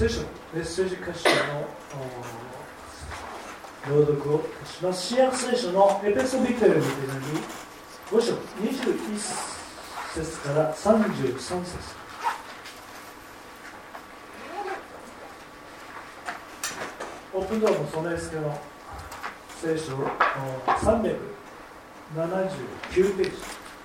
聖書のメッセージ箇所の朗読をします。新約聖書のエペソビトへの手紙5章21節から33節。オープンドアの備え付けの聖書379ページ。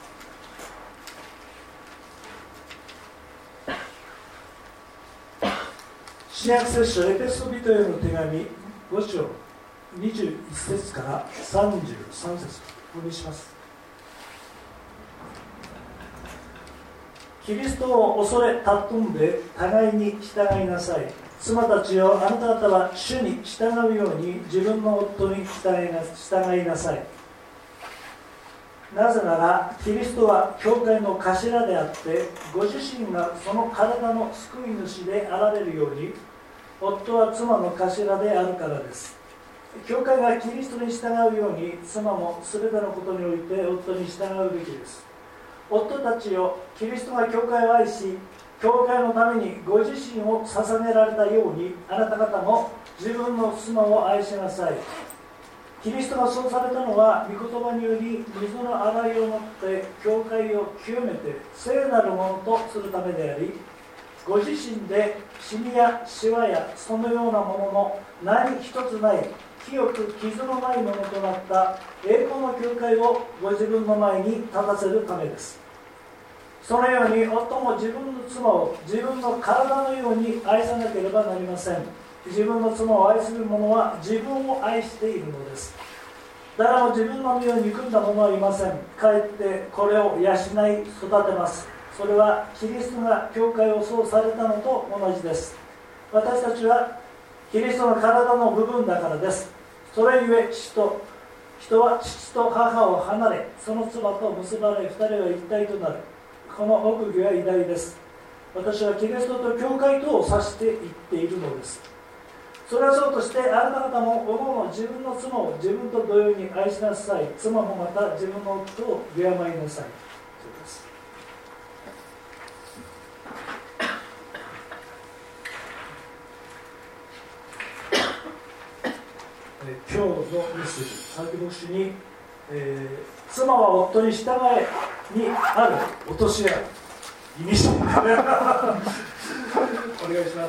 新約聖書エペソビトへの手紙5章21節から33節お読みします。キリストを恐れ尊んで互いに従いなさい。妻たちよ、あなた方は主に従うように自分の夫に従いなさい。なぜならキリストは教会の頭であって、ご自身がその体の救い主であられるように、夫は妻の頭であるからです。教会がキリストに従うように、妻もすべてのことにおいて夫に従うべきです。夫たちよ、キリストが教会を愛し、教会のためにご自身を捧げられたように、あなた方も自分の妻を愛しなさい。キリストがそうされたのは、御言葉により水の洗いをもって教会を清めて聖なるものとするためであり、ご自身でシミやシワやそのようなものの何一つない清く傷のないものとなった栄光の教会をご自分の前に立たせるためです。そのように夫も自分の妻を自分の体のように愛さなければなりません。自分の妻を愛する者は自分を愛しているのです。誰も自分の身を憎んだ者はいません。かえってこれを養い育てます。それはキリストが教会をそうされたのと同じです。私たちはキリストの体の部分だからです。それゆえ人は父と母を離れ、その妻と結ばれ、二人は一体となる。この奥義は偉大です。私はキリストと教会とを指して言っているのです。それはそうとして、あなた方もおのおの自分の妻を自分と同様に愛しなさい。妻もまた自分の夫を敬いなさい。そうです。今日のメッセージ、先牧師に、妻は夫に従えにある落とし穴、意味深お願いします。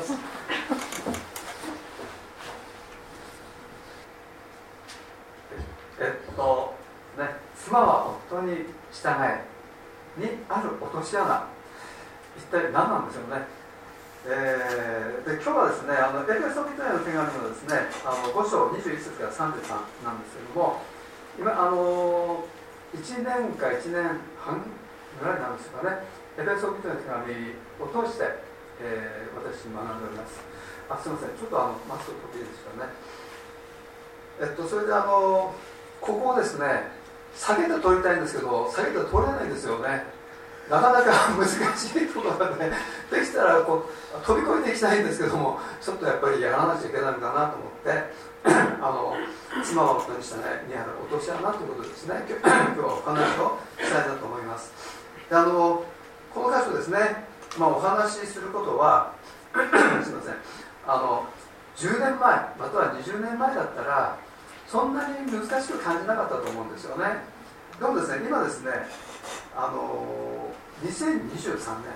妻は夫に従えにある落とし穴、一体何なんでしょうね。で今日はですね、エペソビトへの手紙のですね、5章21節から33なんですけども、今1年か1年半ぐらいなんですかね、エペソビトへの手紙を通して、私学んでおります。すみません、ちょっとマスク取っていいですかね。それでここをですね、下げて取りたいんですけど、下げて取れないんですよね。なかなか難しいところがね、できたら飛び越えていきたいんですけども、ちょっとやっぱりやらなきゃいけないんだなと思って妻は夫に従いにある落とし穴ということですね。今日はお話をしたいなと思います。でこの箇所ですね、お話しすることはすみません、10年前または20年前だったらそんなに難しく感じなかったと思うんですよね。でもですね、今ですね、2023年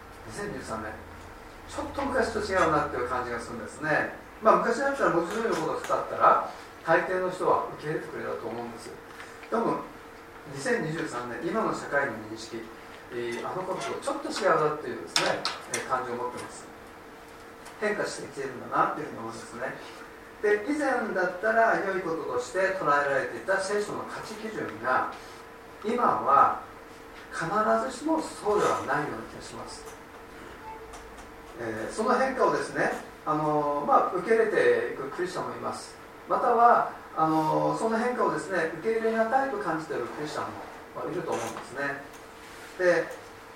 ちょっと昔と違うなっていう感じがするんですね。昔だったら文字通りのことだったら大抵の人は受け入れてくれたと思うんです。でも2023年、今の社会の認識、あのこととちょっと違うなっていうですね、感じを持ってます。変化してきているんだなっていうふうに思うんですね。で、以前だったら良いこととして捉えられていた聖書の価値基準が今は必ずしもそうではないような気がします。その変化をですね、受け入れていくクリスチャンもいます。またはその変化をですね、受け入れがたいと感じているクリスチャンもいると思うんですね。で、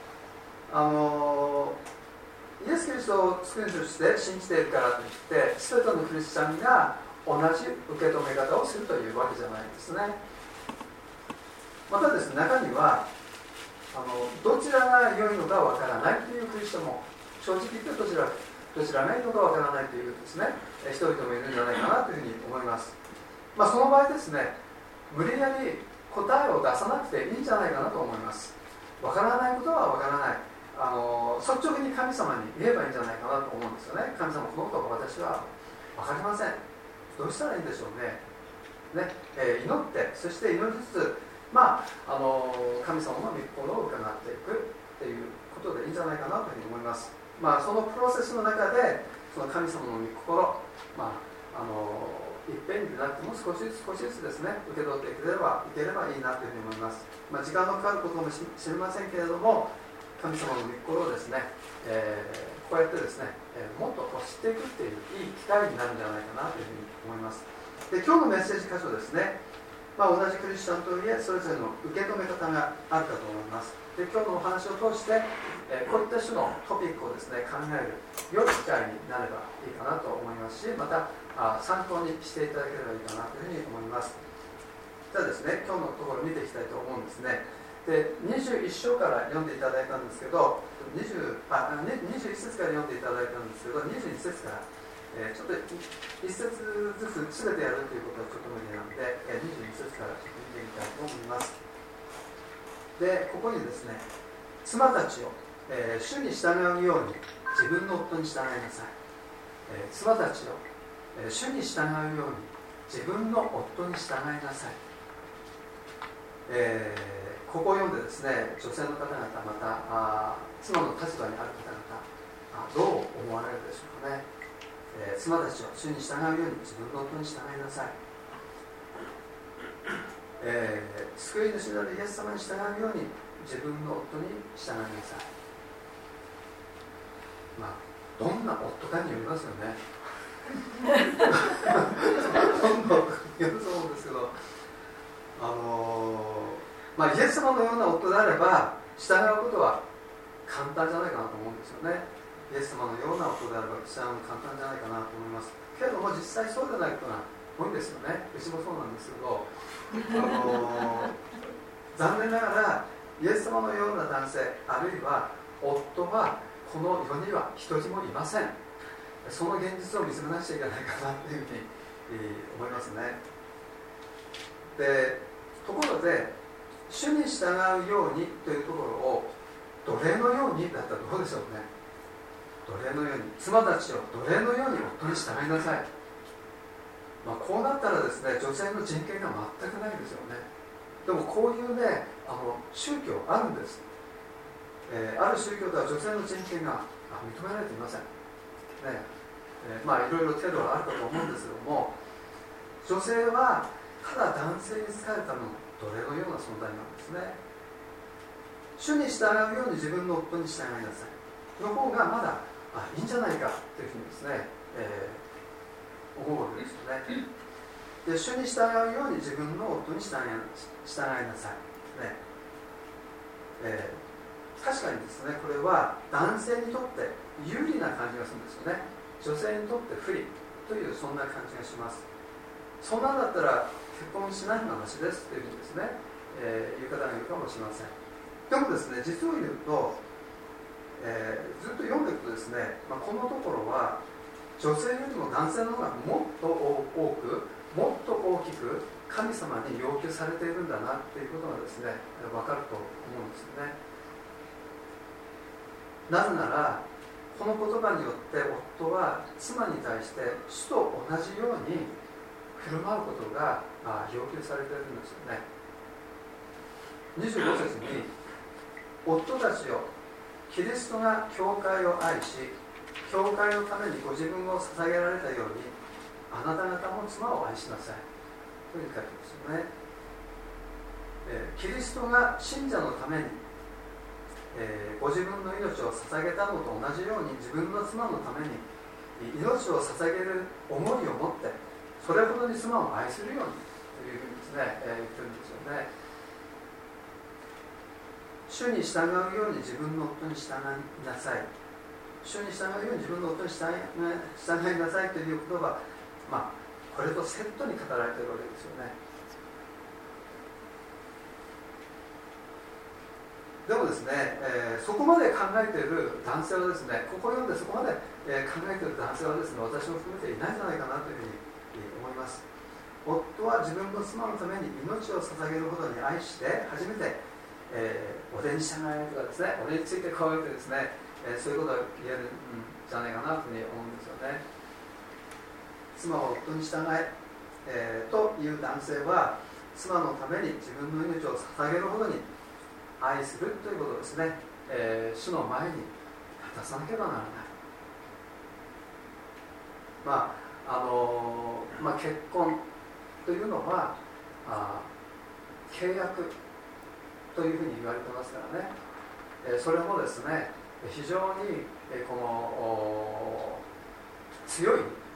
イエス・キリストを救い主として信じているからといって全てのクリスチャンが同じ受け止め方をするというわけじゃないんですね。またですね、中にはどちらが良いのかわからないというクリスチャンも正直言ってどちらどちらがいいのかわからないというですね、人々もいるんじゃないかなというふうに思います。その場合ですね、無理やり答えを出さなくていいんじゃないかなと思います。わからないことはわからない、率直に神様に言えばいいんじゃないかなと思うんですよね。神様、このことが私はわかりません、どうしたらいいんでしょうね。祈って、そして祈りつつ、神様の御心を伺っていくっていうことでいいんじゃないかなというふうに思います。そのプロセスの中で、その神様の御心、いっぺんになっても少しずつですね、受け取っていければいいなというふうに思います。時間のかかることかもしれませんけれども、神様の御心をですね、こうやってですね、もっと知っていくっていういい機会になるんじゃないかなというふうに思います。で、今日のメッセージ箇所ですね、同じクリスチャンとはいえそれぞれの受け止め方があるかと思います。で、今日のお話を通して、こういった種のトピックをですね、考える良い機会になればいいかなと思いますし、また参考にしていただければいいかなというふうに思います。じゃあですね、今日のところ見ていきたいと思うんですね。で、21章から読んでいただいたんですけど、21節から読んでいただいたんですけど、22節から、ちょっと1節ずつ全てやるということはちょっと無理なので、22節からちょっと見てみたいと思います。で、ここにですね、妻たちを、主に従うように自分の夫に従いなさい。妻たちを、主に従うように自分の夫に従いなさい。ここを読んでですね、女性の方々、また妻の立場にある方々、どう思われるでしょうかね。妻たちを主に従うように自分の夫に従いなさい。救い主なるイエス様に従うように自分の夫に従いなさい。どんな夫かによりますよね。どんな夫によると思うんですけど、イエス様のような夫であれば従うことは簡単じゃないかなと思うんですよね。イエス様のような夫であれば従うの簡単じゃないかなと思います。けれども実際そうでないことが多いんですよね。うちもそうなんですけど、残念ながらイエス様のような男性、あるいは夫はこの世には一人もいません。その現実を見つめなくちゃいけないかなというふうに思いますね。で、ところで主に従うようにというところを奴隷のようにだったらどうでしょうね。奴隷のように、妻たちを奴隷のように夫に従いなさい。こうなったらですね、女性の人権が全くないんですよね。でもこういうね、宗教あるんです。ある宗教では女性の人権が認められていません、いろいろ程度はあるかと思うんですけども、女性はただ男性に仕えるための奴隷のような存在なんですね。主に従うように自分の夫に従いなさいの方がまだいいんじゃないかというふうにですね、思うわけですよね。で、主に従うように自分の夫に従いなさい、確かにですね、これは男性にとって有利な感じがするんですよね。女性にとって不利というそんな感じがします。そんなんだったら結婚しない話ですというふうにですね、言う方がいるかもしれません。でもですね、実を言うと、ずっと読んでいくとですね、このところは女性よりも男性の方がもっと多く、もっと大きく神様に要求されているんだなということがですね、分かると思うんですよね。なぜなら、この言葉によって夫は妻に対して主と同じように振る舞うことが要求されているんですよね。25節に、夫たちよ、キリストが教会を愛し、教会のためにご自分を捧げられたように、あなた方も妻を愛しなさいという書いてますよね。キリストが信者のために、ご自分の命を捧げたのと同じように、自分の妻のために命を捧げる思いを持って、それほどに妻を愛するようにというふうにですね、言ってるんですよね。主に従うように自分の夫に従いなさい。主に従うように自分の夫に従いなさいという言葉、これとセットに語られているわけですよね。 でもですね、そこまで考えている男性はですね、ここを読んでそこまで、考えている男性はですね、私を含めていないんじゃないかなというふうに思います。夫は自分の妻のために命を捧げるほどに愛して初めて、俺に従えとかですね、俺についてこいとですね、そういうことを言えるんじゃないかなというふうに思うんですよね。妻は夫に従えという男性は妻のために自分の命を捧げるほどに愛するということをですね、主の前に果たさなければならない。結婚というのは契約というふうに言われてますからね、それもですね非常にこの強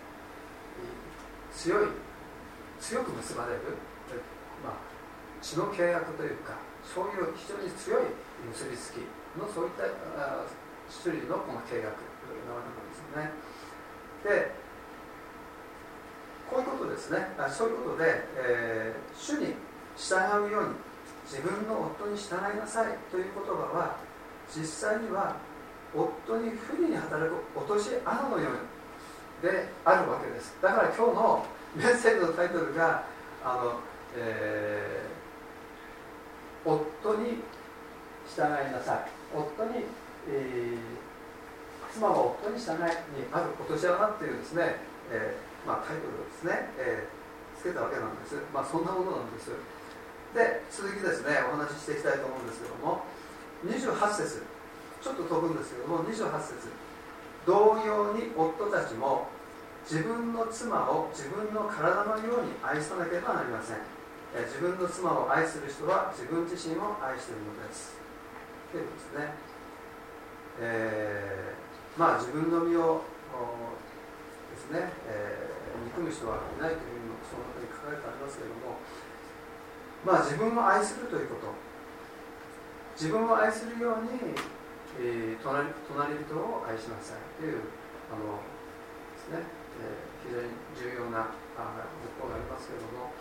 く結ばれる、血の契約というか、そういう非常に強い結びつきのそういった種類のこの契約なわけなんですよね。で、こういうことですね。そういうことで、主に従うように自分の夫に従いなさいという言葉は実際には夫に不利に働く落とし穴のようであるわけです。だから今日のメッセージのタイトルが夫に従いなさい、妻は夫に従いにある落とし穴っていうですね、タイトルをですね、つけたわけなんです。そんなものなんです。で、続きですね、お話ししていきたいと思うんですけども、28節、ちょっと飛ぶんですけども、28節、同様に夫たちも自分の妻を自分の体のように愛さなければなりません。自分の妻を愛する人は自分自身を愛しているのです。ということですね。自分の身をですね、憎む人はいないというのがその中に書かれてありますけれども、自分を愛するということ、自分を愛するように、隣人を愛しなさいというですね、非常に重要な仏法がありますけれども、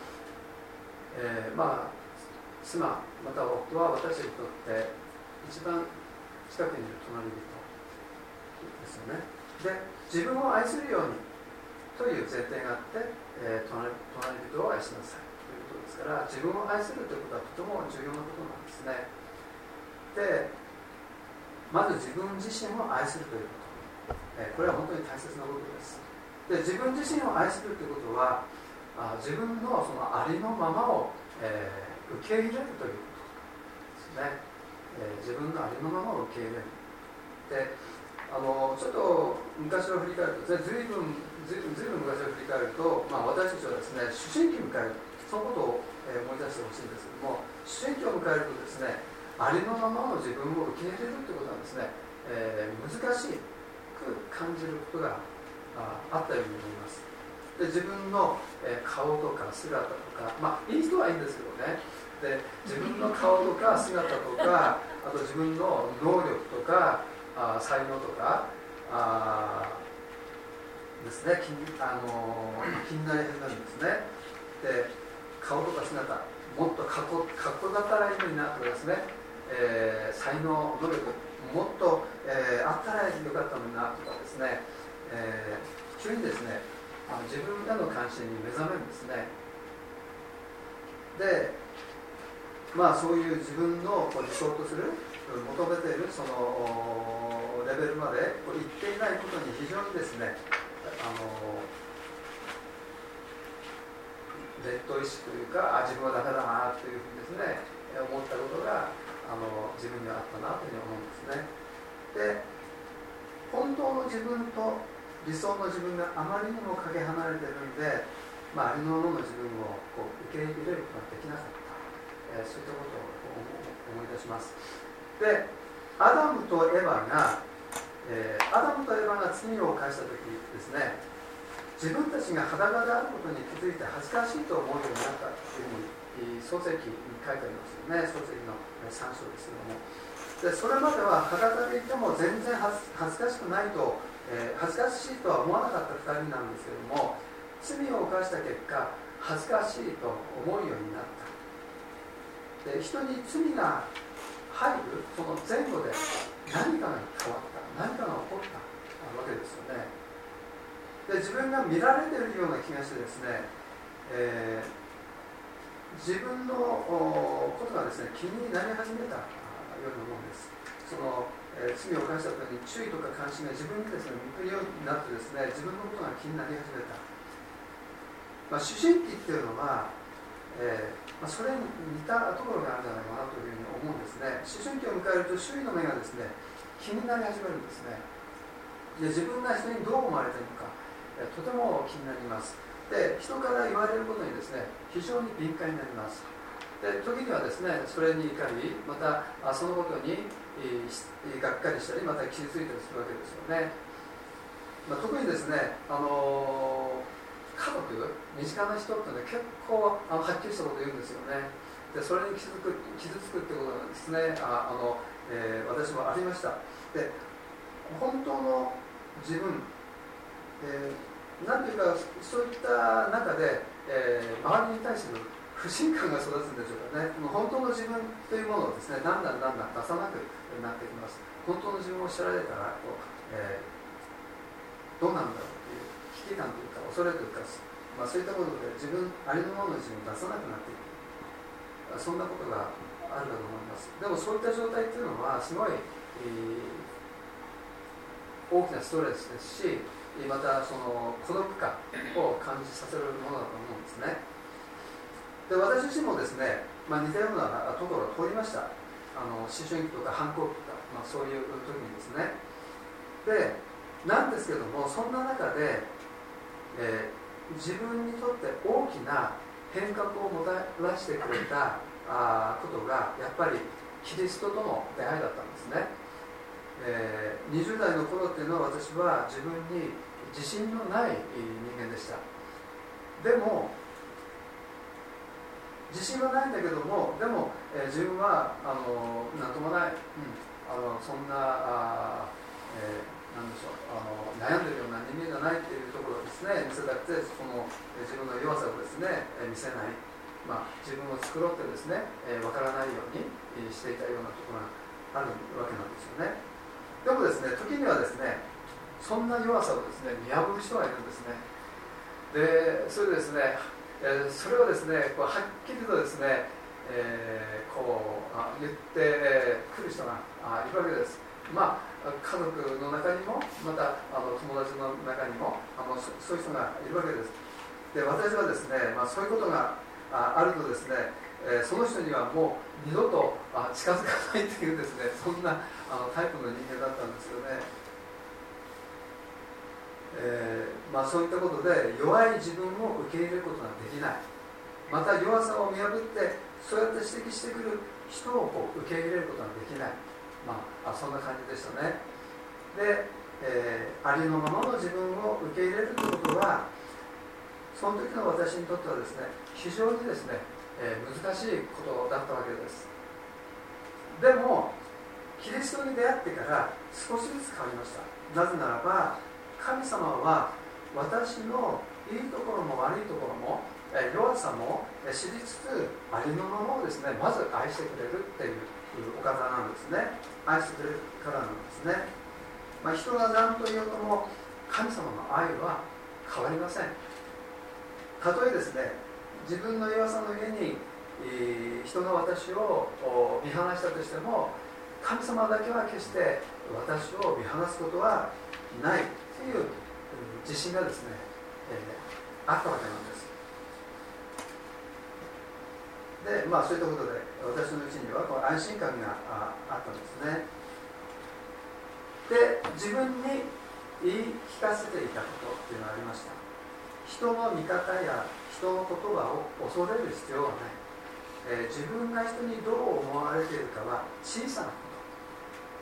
妻または夫は私にとって一番近くにいる隣人ですよね。で、自分を愛するようにという前提があって、隣人を愛しなさいということですから、自分を愛するということはとても重要なことなんですね。で、まず自分自身を愛するということ、これは本当に大切なことです。で、自分自身を愛するということは自分のそのありのままを、受け入れるということですね。自分のありのままを受け入れる。で、ちょっと昔を振り返ると、ずいぶん昔を振り返ると、私たちはですね、思春期を迎える、そのことを、思い出してほしいんですけども、思春期を迎えるとですね、ありのままの自分を受け入れるということはですね、難しく感じることがあったように思います。で、自分の、顔とか姿とか、いい人はいいんですけどね、で、自分の顔とか姿とか、あと自分の能力とか才能とかですね、気になり始めるんですね。で、顔とか姿、もっとかっこだったらいいのになとかですね、才能、能力、もっと、あったらよかったのになとかですね、急にですね、自分への関心に目覚めるんですね。で、そういう自分の理想とする、求めているそのレベルまで行っていないことに非常にですね、劣等意識というか、自分はダメだなというふうにですね、思ったことが自分にはあったなというふうに思うんですね。で、本当の自分と理想の自分があまりにもかけ離れているので、ありのままの自分を受け入れることができなかった、そういったことを思い出します。で、アダムとエバが罪を犯したときですね、自分たちが裸であることに気づいて恥ずかしいと思うようになったというふうに創世記に書いてありますよね。創世記の3章ですけども、で、それまでは裸でいても全然恥ずかしくないと、恥ずかしいとは思わなかった2人なんですけども、罪を犯した結果恥ずかしいと思うようになった。で、人に罪が入るその前後で何かが変わった、何かが起こったわけですよね。で、自分が見られているような気がしてですね、自分のことがですね気になり始めたようなものです。その罪を犯した時に注意とか関心が自分にですね向くようになってですね、自分のことが気になり始めた。思春期っていうのは、それに似たところがあるんじゃないかなというふうに思うんですね。思春期を迎えると周囲の目がですね気になり始めるんですね。で、自分が人にどう思われているのか、とても気になります。で、人から言われることにですね非常に敏感になります。で、時にはですねそれに怒り、またそのことにがっかりしたり、また傷ついたりするわけですよね。特にですね、家族、身近な人ってね、結構はっきりしたことを言うんですよね。で、それに傷つくってことがですね、私もありました。で、本当の自分、なんていうか、そういった中で、周りに対する不信感が育つんでしょうかね。本当の自分というものをですね、だんだん出さなくなってきます。本当の自分を知られたらどうなんだろうという危機感というか恐れというか、そういったことで自分ありのままの自分を出さなくなっていく、そんなことがあるかと思います。でもそういった状態っていうのはすごい、大きなストレスですし、またその孤独感を感じさせるものだと思うんですね。で、私自身もですね、似たようなところを通りました。思春期とか反抗期とか、そういう時にですね。で、なんですけども、そんな中で、自分にとって大きな変革をもたらしてくれたことがやっぱりキリストとの出会いだったんですね。20代の頃っていうのは私は自分に自信のない人間でした。でも自信はないんだけども、でも、自分はなんともない、そんななんでしょう、悩んでるような人間じゃないっていうところをですね見せたくて、その自分の弱さをですね見せない、自分を繕ってですねわからないようにしていたようなところがあるわけなんですよね。でもですね、時にはですねそんな弱さをですね見破る人がいるんですね。で、それですね、それをですねはっきりとですね、言ってくる人がいるわけです。家族の中にも、また友達の中にもそういう人がいるわけです。で、私はですね、そういうことがあるとですね、その人にはもう二度と近づかないというですね、そんなタイプの人間だったんですよね。そういったことで弱い自分を受け入れることができない、また弱さを見破ってそうやって指摘してくる人を受け入れることができない、そんな感じでしたね。で、ありのままの自分を受け入れるということは、その時の私にとってはですね非常にですね、難しいことだったわけです。でもキリストに出会ってから少しずつ変わりました。なぜならば神様は私のいいところも悪いところも弱さも知りつつありのままをですねまず愛してくれるっていうお方なんですね。愛してくれるからなんですね。人が何と言おうとも神様の愛は変わりません。たとえですね自分の弱さのゆえに人が私を見放したとしても、神様だけは決して私を見放すことはないという自信がですね、あったわけなんです。で、そういったことで私のうちにはこの安心感があったんですね。で、自分に言い聞かせていたことっていうのがありました。人の見方や人の言葉を恐れる必要はない、自分が人にどう思われているかは小さなこと、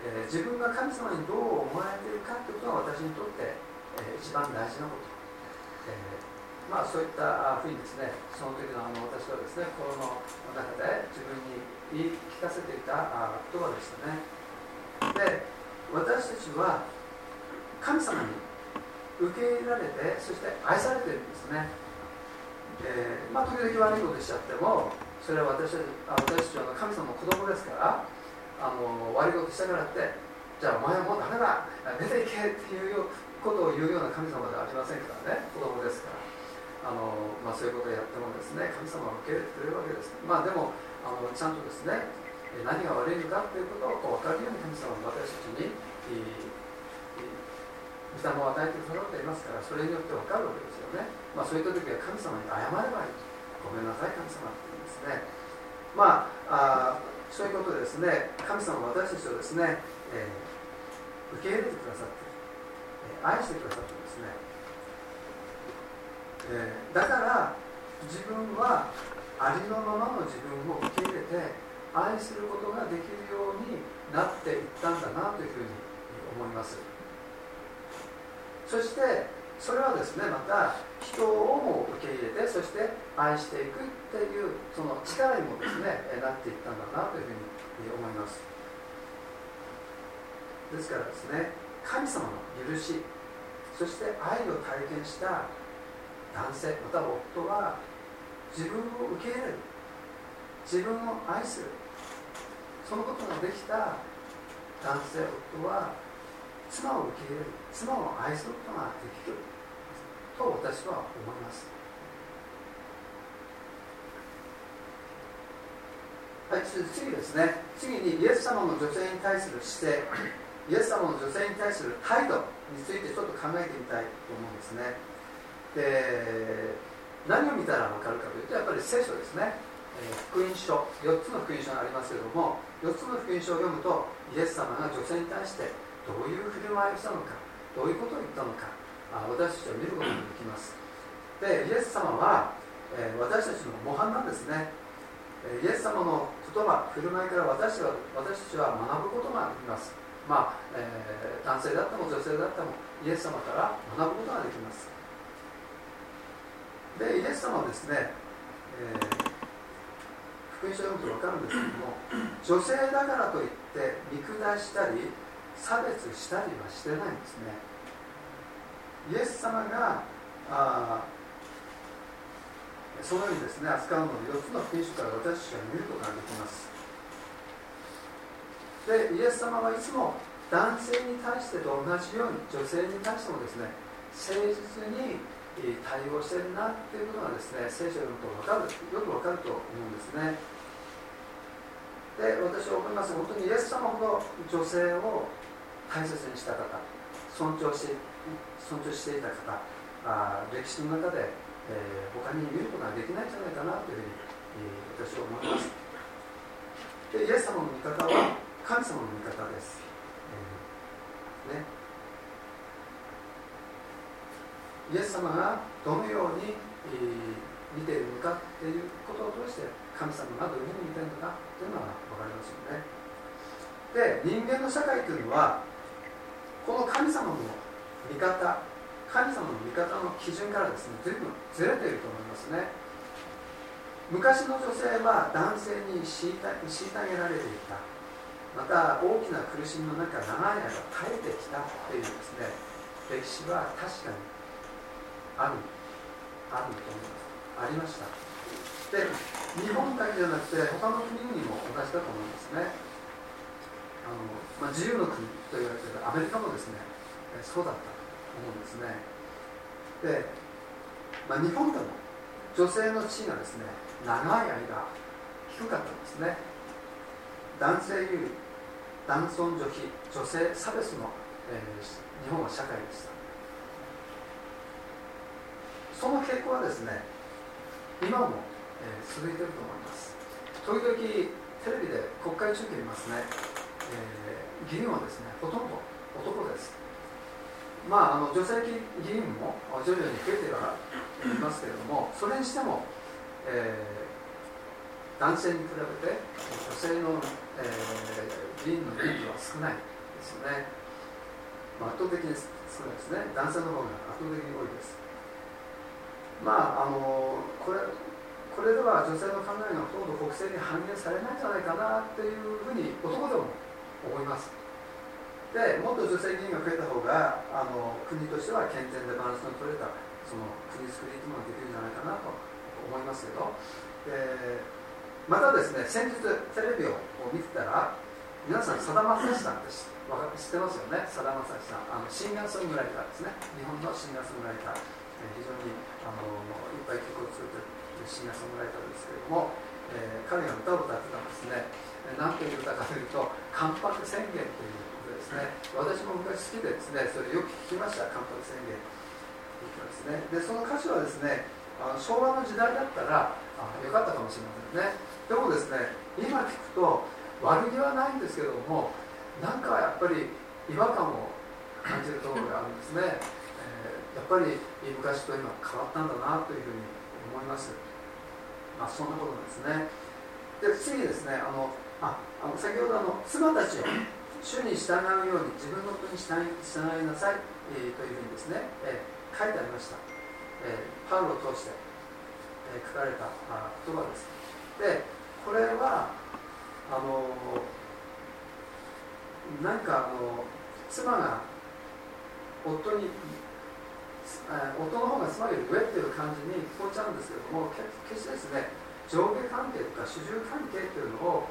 自分が神様にどう思われているかということが私にとって、一番大事なこと、そういったふうにですね、その時の私はですね心の中で自分に言い聞かせていた言葉でしたね。で、私たちは神様に受け入れられて、そして愛されているんですね。時々悪いことしちゃっても、それは私たちは神様の子供ですから、 悪いことしたからって、じゃあお前はもうダメだ、出ていけっていうことを言うような神様ではありませんからね。子供ですから、そういうことをやってもですね、神様は受け入れてくれるわけです。でもちゃんとですね、何が悪いのかということを分かるように神様は私たちに御霊を与えてくださっていますから、それによって分かるわけですよね。そういった時は神様に謝ればいい。ごめんなさい神様って言うんですね。そういうことでですね、神様は私たちをですね、受け入れてくださって、愛してくださってですね、だから自分はありのままの自分を受け入れて愛することができるようになっていったんだなというふうに思います。そしてそれはですね、また人をも受け入れて、そして愛していくっていうその力にもですね、なっていったんだなというふうに思います。ですからですね、神様の許し、そして愛を体験した男性または夫は自分を受け入れる、自分を愛する、そのことができた男性夫は妻を受け入れる、妻を愛することができると私は思います。はい、次ですね。次にイエス様の女性に対する姿勢、イエス様の女性に対する態度についてちょっと考えてみたいと思うんですね。で、何を見たら分かるかというと、やっぱり聖書ですね。福音書、4つの福音書がありますけれども、4つの福音書を読むとイエス様が女性に対してどういう振る舞いをしたのか、どういうことを言ったのか、私たちは見ることができます。で、イエス様は、私たちの模範なんですね。イエス様の言葉、振る舞いから私たちは学ぶことができます。男性だっても女性だってもイエス様から学ぶことができます。で、イエス様はですね、福音書を読むと分かるんですけども、女性だからといって見下したり差別したりはしてないんですね。イエス様がそのようにですね扱うので、4つの福音書から私たちが見ることができます。で、イエス様はいつも男性に対してと同じように女性に対してもですね、誠実に対応しているなということがですね、聖書を読むとよく分かると思うんですね。で、私は思います。本当にイエス様ほど女性を大切にした方、尊重していた方、歴史の中で、他に見ることができないんじゃないかなというふうに、私は思います。で、イエス様の味方は神様の味方です。イエス様がどのように、見ているのかということを通して、神様がどういうふうに見ているのかというのが分かりますよね。で、人間の社会というのはこの神様の見方、神様の見方の基準からですね、随分ずれていると思いますね。昔の女性は男性に虐げられていた、また大きな苦しみの中長い間耐えてきたというですね、歴史は確かにあると思います。ありました。で、日本だけじゃなくて他の国々も同じだと思いますね。自由の国と言われているアメリカもですね、そうだったと思うんですね。で、日本でも女性の地位がですね、長い間低かったんですね。男性優位、男尊女卑、女性差別の、日本は社会でした。その傾向はですね、今も、続いていると思います。時々テレビで国会中継見ますね。議員はですね、ほとんど男です。女性議員も徐々に増えてはいますけれども、それにしても、男性に比べて女性の、議員の人数は少ないですよね。圧倒的に少ないですね。男性の方が圧倒的に多いです。これでは女性の考えがほとんど国政に反映されないんじゃないかなというふうに男でも思います。で、もっと女性議員が増えた方が国としては健全でバランスの取れたその国づくりというのができるんじゃないかなと思いますけど、またですね、先日テレビを見てたら、 皆さん、さだまさしさんって知ってますよね。さだまさしさん、シンガーソングライターですね。日本のシンガーソングライター、非常にいっぱい曲を作っているシンガーソングライターですけれども、彼が歌を歌ってたんですね。何という歌かというと、関白宣言ということですね。私も昔好きでですね、それよく聞きました、関白宣言ということですね。で、その歌詞はですね、昭和の時代だったらよかったかもしれませんね。でもですね、今聞くと悪気はないんですけども、なんかやっぱり違和感を感じるところがあるんですね。やっぱり昔と今変わったんだなというふうに思います。そんなことですね。で、次ですね、先ほど妻たちを主に従うように自分の夫に従いなさい、というふうにですね、書いてありました。パウロを通して、書かれた言葉です。で、これは何か妻が夫の方が妻より上っていう感じに聞こえちゃうんですけれども、決してですね、上下関係とか主従関係というのを、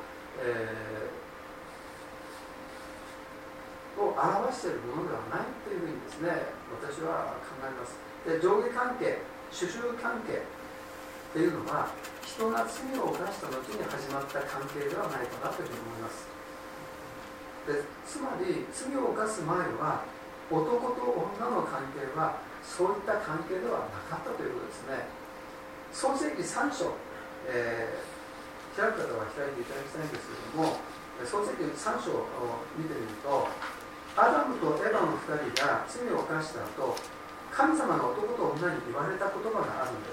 表しているものではないというふうにですね、私は考えます。で、上下関係、主従関係というのは、人が罪を犯した後に始まった関係ではないかなというふうに思います。で、つまり罪を犯す前は男と女の関係はそういった関係ではなかったということですね。創世記3章、開く方は開いていただきたいんですけれども、創世記3章を見てみると、アダムとエヴァの2人が罪を犯した後、神様が男と女に言われた言葉があるんです。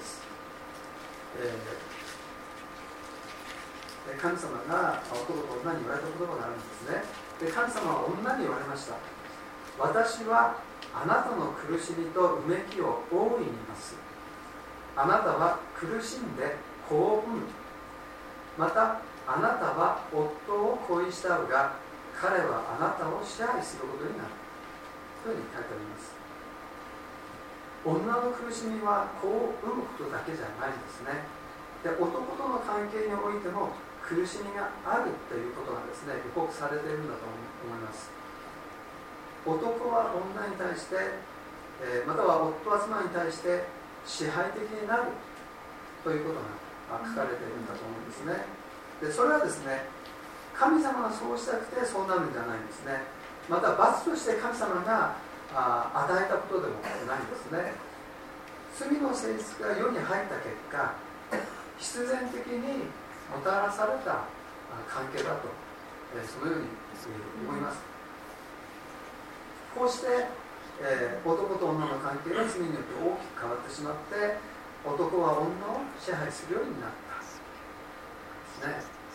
神様が男と女に言われた言葉があるんですね。で、神様は女に言われました。私はあなたの苦しみとうめきを大いに増す。あなたは苦しんで子を産む。またあなたは夫を恋したうが、彼はあなたを支配することになるというふうに書いてあります。女の苦しみは子を産むことだけじゃないんですね。で、男との関係においても苦しみがあるということがですね、予告されているんだと思います。男は女に対して、または夫は妻に対して支配的になるということが書かれているんだと思うんですね。で、それはですね、神様がそうしたくてそうなるんじゃないんですね。また罰として神様が与えたことでもないんですね。罪の性質が世に入った結果、必然的にもたらされた関係だと、そのように思います。こうして、男と女の関係が罪によって大きく変わってしまって、男は女を支配するようになったんですね。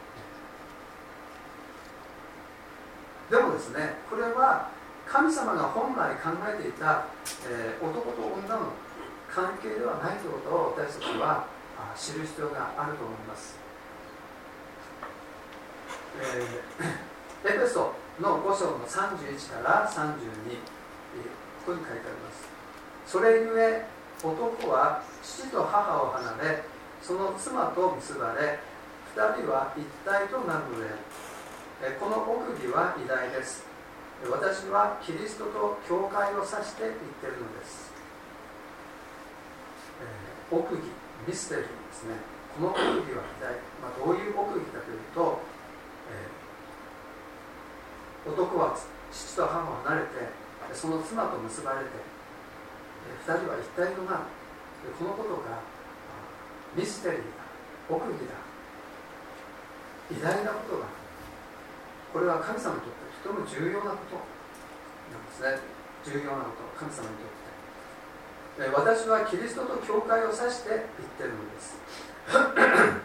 でもですね、これは神様が本来考えていた、男と女の関係ではないということを私たちは知る必要があると思います。エペソの5章の31から32、ここに書いてあります。それゆえ男は父と母を離れ、その妻と結ばれ、二人は一体となるのである。この奥義は偉大です。私はキリストと教会を指して言っているのです。奥義、ミステリーですね。この奥義は偉大。どういう奥義かというと、男は父と母を離れて、その妻と結ばれて、二人は一体となる。このことがミステリーだ、奥義だ、偉大なことだ。これは神様にとってとても重要なことなんですね。重要なこと、神様にとって。私はキリストと教会を指して言ってるのです。というふうに書いてあるん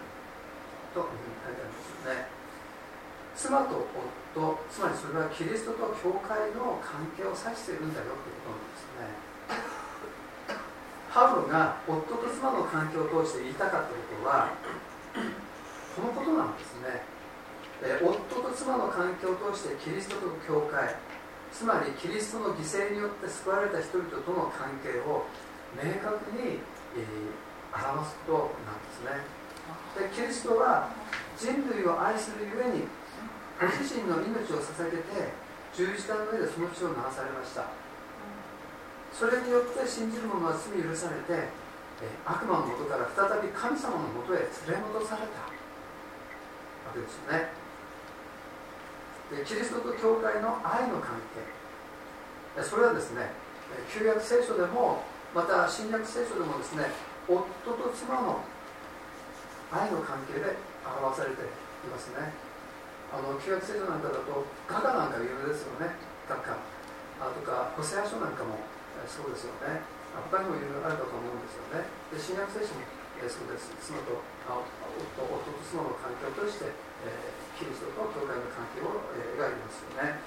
ですよね。妻と夫、つまりそれはキリストと教会の関係を指しているんだよということなんですね。パウロが夫と妻の関係を通して言いたかったことは、このことなんですね。夫と妻の関係を通してキリストと教会、つまりキリストの犠牲によって救われた人々との関係を明確に、表すことなんですね。で、キリストは人類を愛するゆえにご自身の命を捧げて十字架の上でその血を流されました。それによって信じる者は罪許されて、悪魔の元から再び神様の元へ連れ戻されたわけですよね。でキリストと教会の愛の関係、それはですね、旧約聖書でもまた新約聖書でもですね、夫と妻の愛の関係で表されていますね。旧約聖書なんかだと画家なんか有名ですよね。画家とかホセア書なんかもそうですよね。他にもいろいろあるかと思うんですよね。で新約聖書もそうです。妻と夫と妻の関係を通して、キリストと教会の関係を描いてますよね。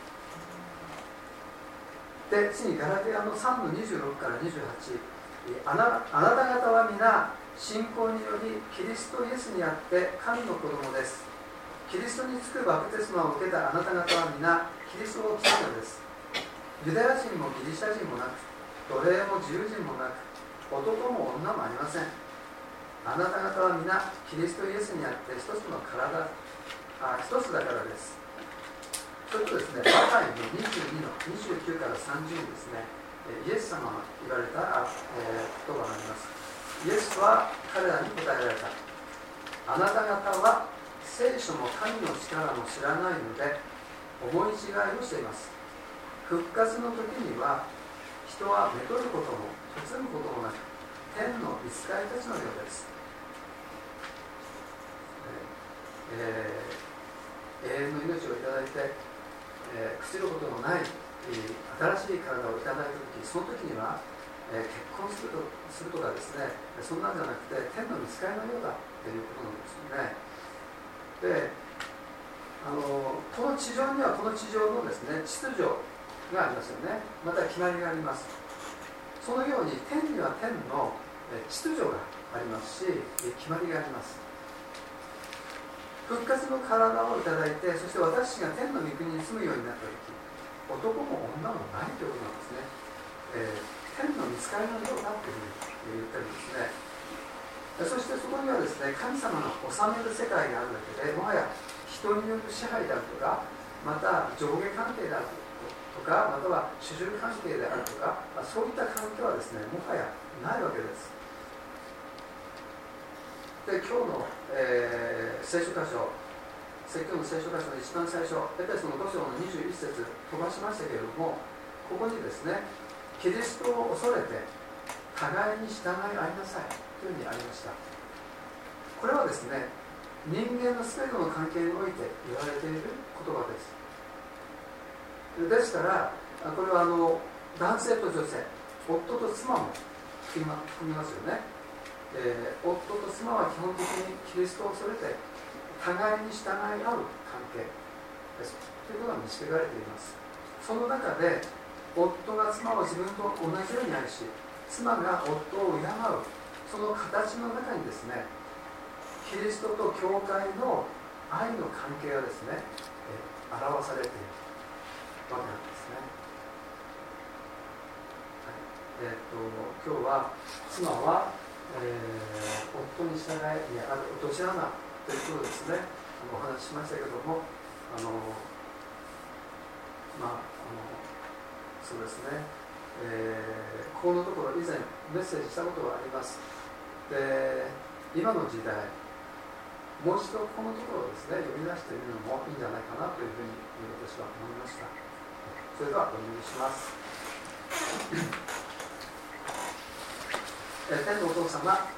で次にガラテヤの3の26から28、あなた方は皆信仰によりキリストイエスにあって神の子供です。キリストにつくバプテスマを受けたあなた方は皆キリストを着たのです。ユダヤ人もギリシャ人もなく、奴隷も自由人もなく、男も女もありません。あなた方は皆キリストイエスにあって一つの体、一つだからです。それとですね、マタイの22の29から30にですね、イエス様が言われた、言葉があります。イエスは彼らに答えられた。あなた方は聖書も神の力も知らないので思い違いをしています。復活の時には人はめとることも嫁ぐこともなく天の御使いたちのようです。永遠の命をいただいて、朽ちることのない新しい体をいただいた時、その時には、結婚するとかですね、そんなんじゃなくて天の御使いのようだということなんですよね。でこの地上にはこの地上のですね秩序がありますよね。また決まりがあります。そのように天には天の秩序がありますし、決まりがあります。復活の体をいただいて、そして私が天の御国に住むようになった時、男も女もないということなんですね。天の御使いのようだというふうに言ったりですね。そしてそこにはですね、神様の治める世界があるだけで、もはや人による支配であるとか、また上下関係であるとか、または主従関係であるとか、そういった関係はですね、もはやないわけです。で今日の、聖書箇所、説教の聖書箇所の一番最初、エペソの5章の21節飛ばしましたけれども、ここにですね、キリストを恐れて互いに従い合いなさいというふうにありました。これはですね、人間の全ての関係において言われている言葉です。ですからこれは男性と女性、夫と妻も含みますよね。夫と妻は基本的にキリストを恐れて互いに従い合う関係ですということが導かれています。その中で夫が妻を自分と同じように愛し、妻が夫を敬う、その形の中にですね、キリストと教会の愛の関係がですね、表されているわけなんですね。今日は妻は、夫に従い落とし穴ということですね、お話ししましたけども、そうですね、このところ以前メッセージしたことがあります。で今の時代、もう一度このところをですね、読み出してみるのもいいんじゃないかなというふうに私は思いました。それではお読みします。天のお父様、あ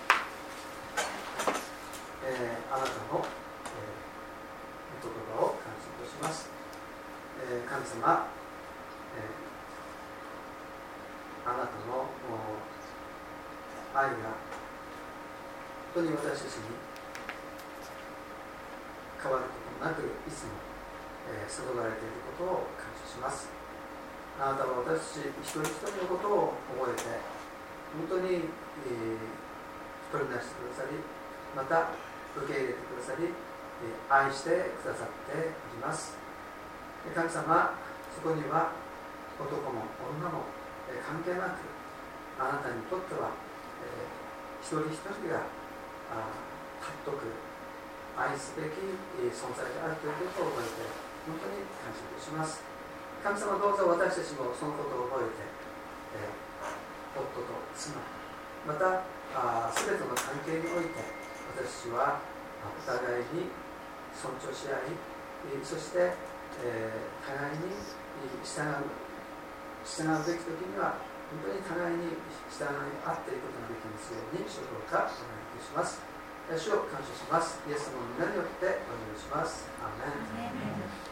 なたの、お言葉を感謝いたします。神様、あなたの愛が本当に私たちに変わることなくいつも、注がれていることを感謝します。あなたは私一人一人のことを覚えて本当に、取り出してくださり、また受け入れてくださり、愛してくださっております。神様、そこには男も女も関係なく、あなたにとっては、一人一人が尊く愛すべき存在であるということを覚えて本当に感謝いたします。神様、どうぞ私たちもそのことを覚えて、夫と妻、また全ての関係において私はお互いに尊重し合い、そして、互いに従うべき時には本当に互いに従い合っていくことができますように主導かお願いいたします。主を感謝します。イエス様の皆によってお願いします。アーメン。